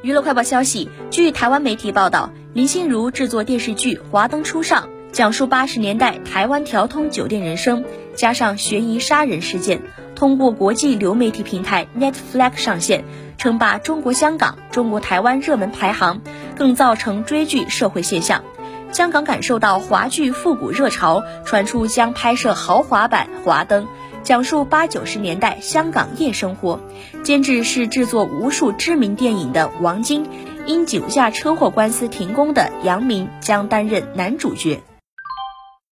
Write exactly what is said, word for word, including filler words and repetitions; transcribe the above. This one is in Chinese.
娱乐快报消息，据台湾媒体报道，林心如制作电视剧《华灯初上》，讲述八十年代台湾调通酒店人生，加上悬疑杀人事件，通过国际流媒体平台 Netflix 上线，称霸中国香港、中国台湾热门排行，更造成追剧社会现象。香港感受到华剧复古热潮，传出将拍摄豪华版《华灯》，讲述八九十年代香港夜生活。监制是制作无数知名电影的王晶，因酒驾车祸官司停工的杨明将担任男主角。